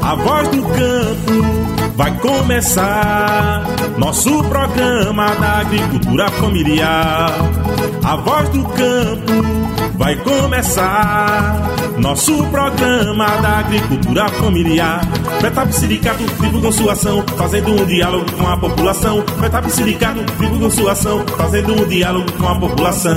A Voz do Campo vai começar, nosso programa da agricultura familiar. A Voz do Campo vai começar, nosso programa da agricultura familiar. FETAP Sindicato divulgam sua ação, fazendo um diálogo com a população. FETAP Sindicato divulgam sua ação, fazendo um diálogo com a população.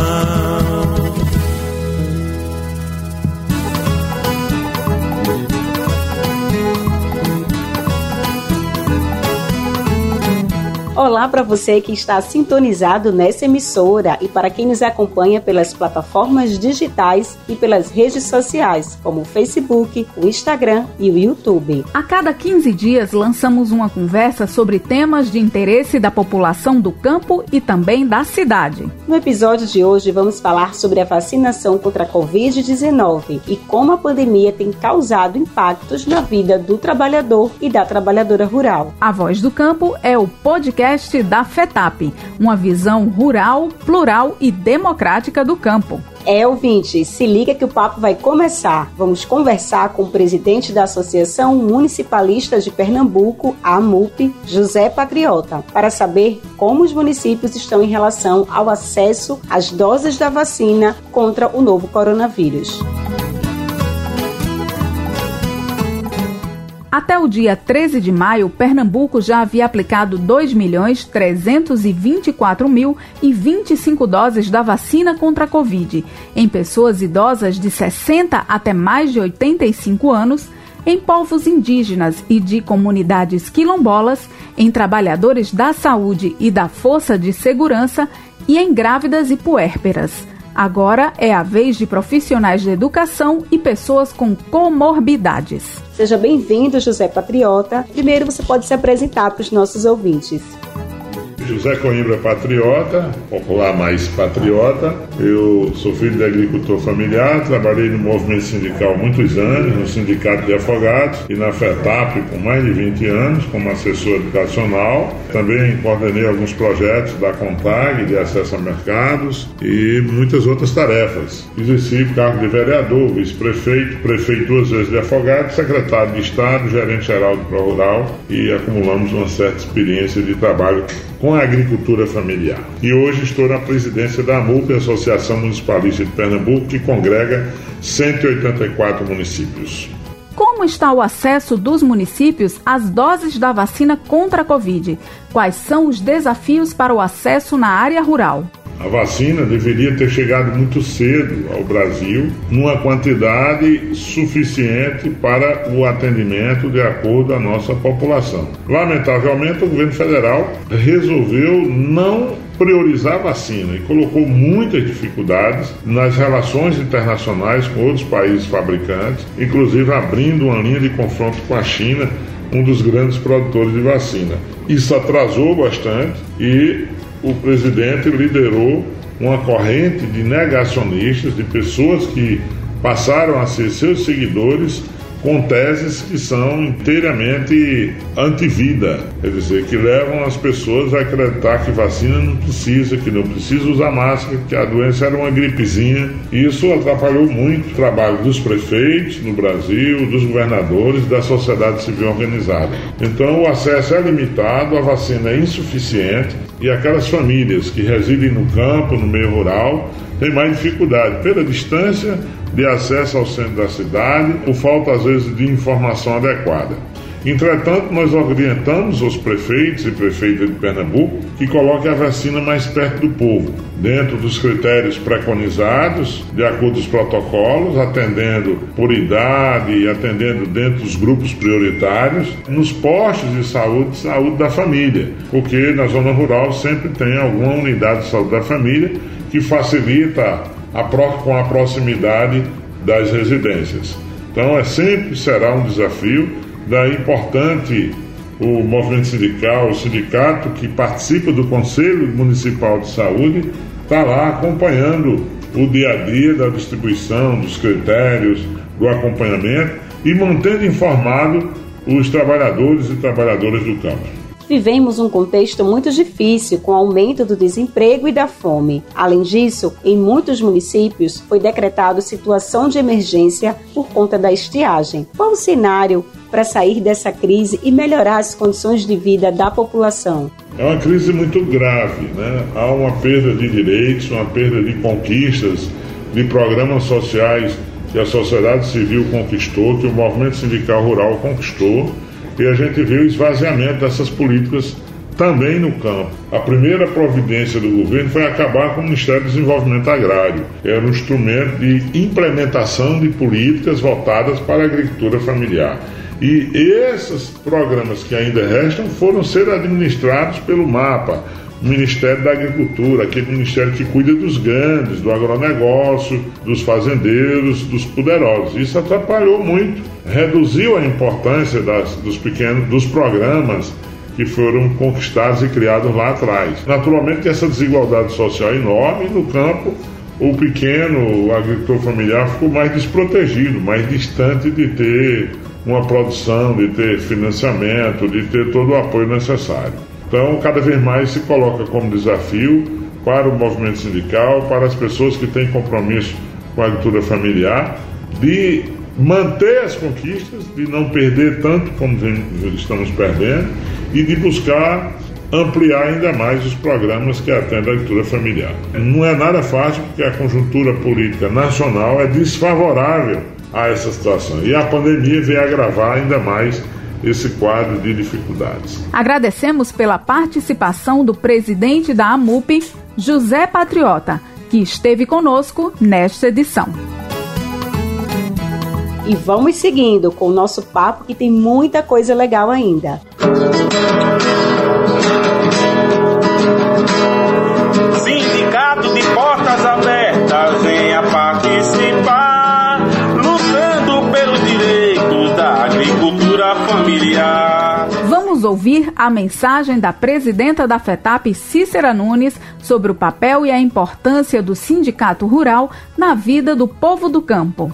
Olá para você que está sintonizado nessa emissora e para quem nos acompanha pelas plataformas digitais e pelas redes sociais, como o Facebook, o Instagram e o YouTube. A cada 15 dias lançamos uma conversa sobre temas de interesse da população do campo e também da cidade. No episódio de hoje vamos falar sobre a vacinação contra a Covid-19 e como a pandemia tem causado impactos na vida do trabalhador e da trabalhadora rural. A Voz do Campo é o podcast da FETAP, uma visão rural, plural e democrática do campo. Ouvinte, se liga que o papo vai começar. Vamos conversar com o presidente da Associação Municipalista de Pernambuco, a AMUP, José Patriota, para saber como os municípios estão em relação ao acesso às doses da vacina contra o novo coronavírus. Até o dia 13 de maio, Pernambuco já havia aplicado 2.324.025 doses da vacina contra a Covid, em pessoas idosas de 60 até mais de 85 anos, em povos indígenas e de comunidades quilombolas, em trabalhadores da saúde e da força de segurança e em grávidas e puérperas. Agora é a vez de profissionais da educação e pessoas com comorbidades. Seja bem-vindo, José Patriota. Primeiro você pode se apresentar para os nossos ouvintes. José Coimbra Patriota, popular mais patriota. Eu sou filho de agricultor familiar, trabalhei no movimento sindical há muitos anos, no Sindicato de Afogados e na FETAP por mais de 20 anos como assessor educacional. Também coordenei alguns projetos da CONTAG, de acesso a mercados e muitas outras tarefas. Exerci o cargo de vereador, vice-prefeito, prefeito 2 vezes de Afogados, secretário de Estado, gerente-geral do ProRural e acumulamos uma certa experiência de trabalho com a agricultura familiar. E hoje estou na presidência da AMUP, Associação Municipalista de Pernambuco, que congrega 184 municípios. Como está o acesso dos municípios às doses da vacina contra a Covid? Quais são os desafios para o acesso na área rural? A vacina deveria ter chegado muito cedo ao Brasil, numa quantidade suficiente para o atendimento de acordo com a nossa população. Lamentavelmente, o governo federal resolveu não priorizar a vacina e colocou muitas dificuldades nas relações internacionais com outros países fabricantes, inclusive abrindo uma linha de confronto com a China, um dos grandes produtores de vacina. Isso atrasou bastante e o presidente liderou uma corrente de negacionistas, de pessoas que passaram a ser seus seguidores com teses que são inteiramente anti-vida, quer dizer, que levam as pessoas a acreditar que vacina não precisa, que não precisa usar máscara, que a doença era uma gripezinha. Isso atrapalhou muito o trabalho dos prefeitos no Brasil, dos governadores, da sociedade civil organizada. Então o acesso é limitado, a vacina é insuficiente e aquelas famílias que residem no campo, no meio rural, têm mais dificuldade pela distância de acesso ao centro da cidade, por falta às vezes de informação adequada. Entretanto, nós orientamos os prefeitos e prefeitas de Pernambuco que coloquem a vacina mais perto do povo, dentro dos critérios preconizados, de acordo com os protocolos, atendendo por idade e atendendo dentro dos grupos prioritários, nos postos de saúde da família, porque na zona rural sempre tem alguma unidade de saúde da família que facilita com a proximidade das residências. Então sempre será um desafio, daí importante o movimento sindical, o sindicato que participa do Conselho Municipal de Saúde, está lá acompanhando o dia a dia da distribuição, dos critérios, do acompanhamento e mantendo informado os trabalhadores e trabalhadoras do campo. Vivemos um contexto muito difícil com o aumento do desemprego e da fome. Além disso, em muitos municípios foi decretado situação de emergência por conta da estiagem. Qual o cenário para sair dessa crise e melhorar as condições de vida da população? É uma crise muito grave, né? Há uma perda de direitos, uma perda de conquistas, de programas sociais que a sociedade civil conquistou, que o movimento sindical rural conquistou, e a gente vê o esvaziamento dessas políticas também no campo. A primeira providência do governo foi acabar com o Ministério do Desenvolvimento Agrário. Era um instrumento de implementação de políticas voltadas para a agricultura familiar. E esses programas que ainda restam foram ser administrados pelo MAPA, o Ministério da Agricultura, aquele ministério que cuida dos grandes, do agronegócio, dos fazendeiros, dos poderosos. Isso atrapalhou muito, reduziu a importância dos programas que foram conquistados e criados lá atrás. Naturalmente que essa desigualdade social é enorme, e no campo o pequeno agricultor familiar ficou mais desprotegido, mais distante de ter uma produção, de ter financiamento, de ter todo o apoio necessário. Então, cada vez mais se coloca como desafio para o movimento sindical, para as pessoas que têm compromisso com a agricultura familiar, de manter as conquistas, de não perder tanto como estamos perdendo, e de buscar ampliar ainda mais os programas que atendem a agricultura familiar. Não é nada fácil, porque a conjuntura política nacional é desfavorável a essa situação, e a pandemia veio agravar ainda mais esse quadro de dificuldades. Agradecemos pela participação do presidente da AMUP, José Patriota, que esteve conosco nesta edição. E vamos seguindo com o nosso papo, que tem muita coisa legal ainda. Sindicato de Portas Abertas, venha participar, lutando pelos direitos da agricultura familiar. Vamos ouvir a mensagem da presidenta da FETAP, Cícera Nunes, sobre o papel e a importância do sindicato rural na vida do povo do campo.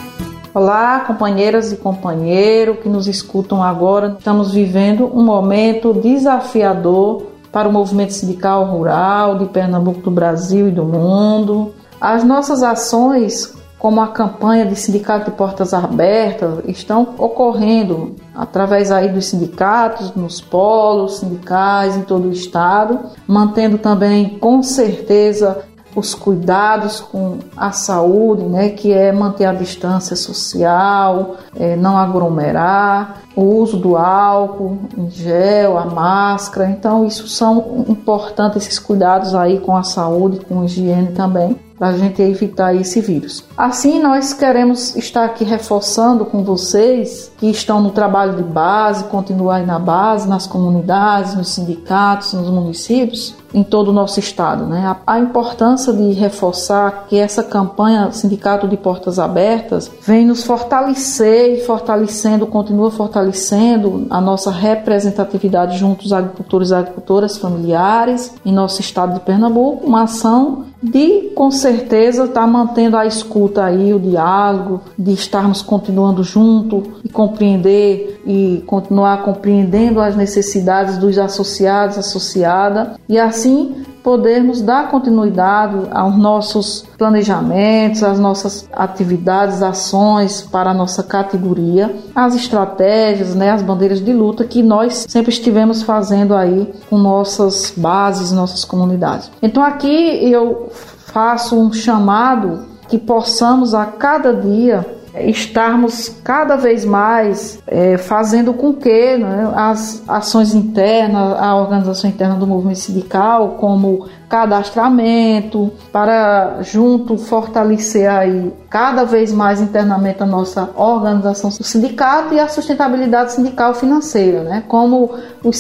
Olá, companheiras e companheiros que nos escutam agora. Estamos vivendo um momento desafiador para o movimento sindical rural de Pernambuco, do Brasil e do mundo. As nossas ações, como a campanha de Sindicato de Portas Abertas, estão ocorrendo através aí dos sindicatos, nos polos sindicais em todo o estado, mantendo também, com certeza, os cuidados com a saúde, né, que é manter a distância social, não aglomerar, o uso do álcool em gel, a máscara. Então, isso são importantes, esses cuidados aí com a saúde, com a higiene também, para a gente evitar esse vírus. Assim, nós queremos estar aqui reforçando com vocês que estão no trabalho de base, continuar aí na base, nas comunidades, nos sindicatos, nos municípios, em todo o nosso estado, né? A importância de reforçar que essa campanha Sindicato de Portas Abertas vem nos fortalecer e continua fortalecendo a nossa representatividade junto aos agricultores e agricultoras familiares em nosso estado de Pernambuco, uma ação de, com certeza, estar mantendo a escuta aí, o diálogo, de estarmos continuando junto e compreender e continuar compreendendo as necessidades dos associados, associadas, e assim podermos dar continuidade aos nossos planejamentos, às nossas atividades, ações para a nossa categoria, as estratégias, né, as bandeiras de luta que nós sempre estivemos fazendo aí com nossas bases, nossas comunidades. Então aqui eu faço um chamado que possamos a cada dia estarmos cada vez mais fazendo com que, né, as ações internas, a organização interna do movimento sindical, como cadastramento, para junto fortalecer aí cada vez mais internamente a nossa organização do sindicato e a sustentabilidade sindical financeira, né? Como os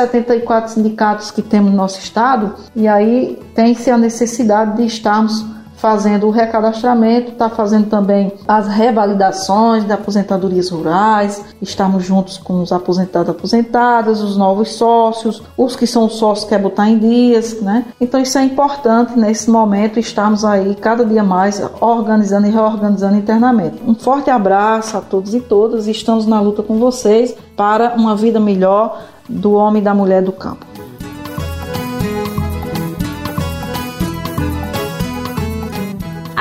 174 sindicatos que temos no nosso estado, e aí tem-se a necessidade de estarmos fazendo o recadastramento, está fazendo também as revalidações de aposentadorias rurais, estamos juntos com os aposentados e aposentadas, os novos sócios, os que são sócios querem botar em dias, né? Então isso é importante nesse momento, estarmos aí cada dia mais organizando e reorganizando internamente. Um forte abraço a todos e todas, e estamos na luta com vocês para uma vida melhor do homem e da mulher do campo.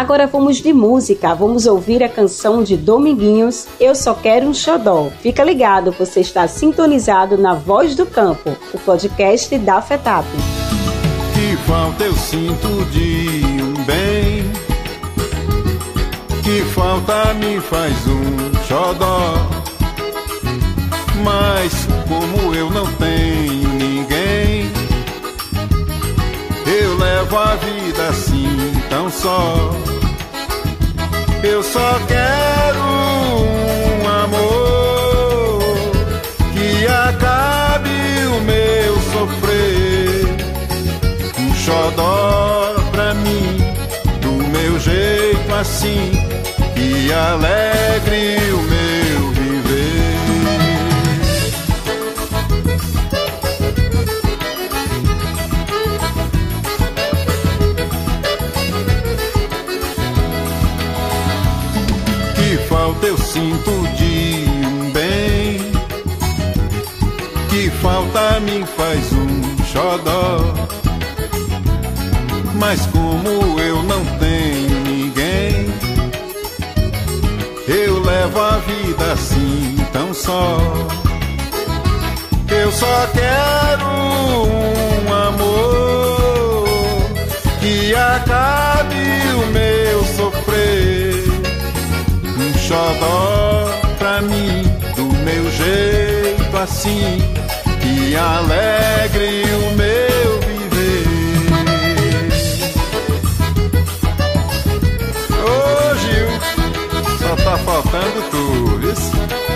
Agora vamos de música, vamos ouvir a canção de Dominguinhos, Eu Só Quero um Xodó. Fica ligado, você está sintonizado na Voz do Campo, o podcast da FETAP. Que falta eu sinto de um bem, que falta me faz um xodó. Mas como eu não tenho ninguém, eu levo a vida assim tão só. Eu só quero um amor que acabe o meu sofrer, um xodó pra mim, do meu jeito assim, que alegre o meu viver. Que falta eu sinto de um bem, que falta me faz um xodó. Mas como eu não tenho ninguém, eu levo a vida assim tão só. Eu só quero um amor que acabe o meu sofrer, um xodó pra mim, do meu jeito assim, que alegre o meu viver. Ô Gil, só tá faltando tu, isso?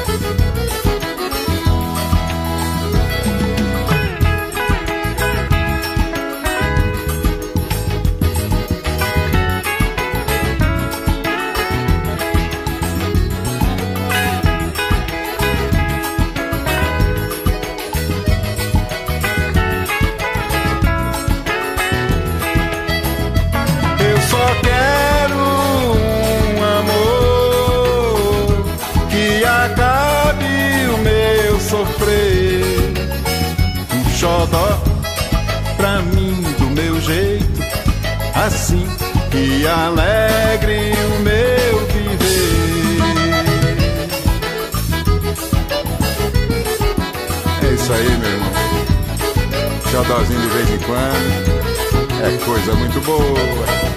Um xodó pra mim, do meu jeito assim, que alegre o meu viver. É isso aí, meu irmão. Xodózinho de vez em quando é coisa muito boa.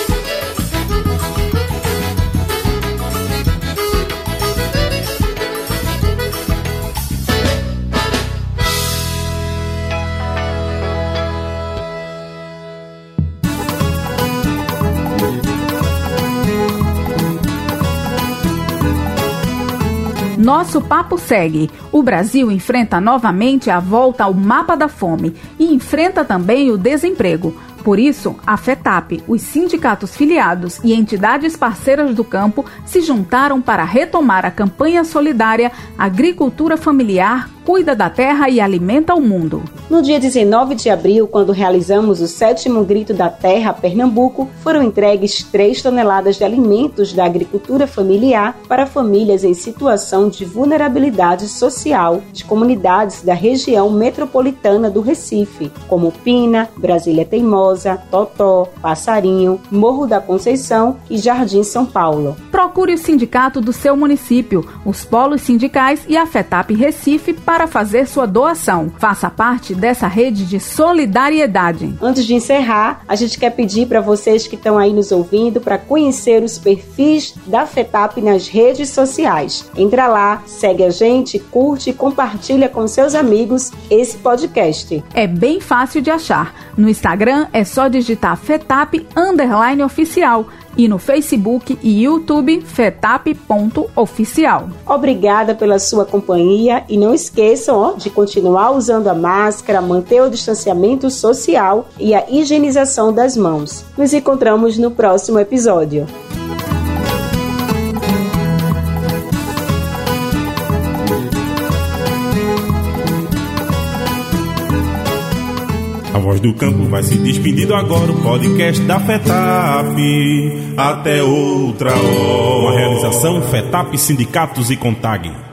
Nosso papo segue. O Brasil enfrenta novamente a volta ao mapa da fome e enfrenta também o desemprego. Por isso, a FETAP, os sindicatos filiados e entidades parceiras do campo se juntaram para retomar a campanha solidária Agricultura Familiar, Cuida da Terra e Alimenta o Mundo. No dia 19 de abril, quando realizamos o 7º Grito da Terra a Pernambuco, foram entregues 3 toneladas de alimentos da agricultura familiar para famílias em situação de vulnerabilidade social de comunidades da região metropolitana do Recife, como Pina, Brasília Teimosa, Totó, Passarinho, Morro da Conceição e Jardim São Paulo. Procure o sindicato do seu município, os polos sindicais e a FETAP Recife para fazer sua doação. Faça parte dessa rede de solidariedade. Antes de encerrar, a gente quer pedir para vocês que estão aí nos ouvindo para conhecer os perfis da FETAP nas redes sociais. Entra lá, segue a gente, curte e compartilha com seus amigos esse podcast. É bem fácil de achar. No Instagram é só digitar FETAP_oficial e no Facebook e YouTube FETAP.oficial. Obrigada pela sua companhia e não esqueçam de continuar usando a máscara, manter o distanciamento social e a higienização das mãos. Nos encontramos no próximo episódio. A Voz do Campo vai se despedindo agora, o podcast da FETAP. Até outra hora. Uma realização FETAP, Sindicatos e CONTAG.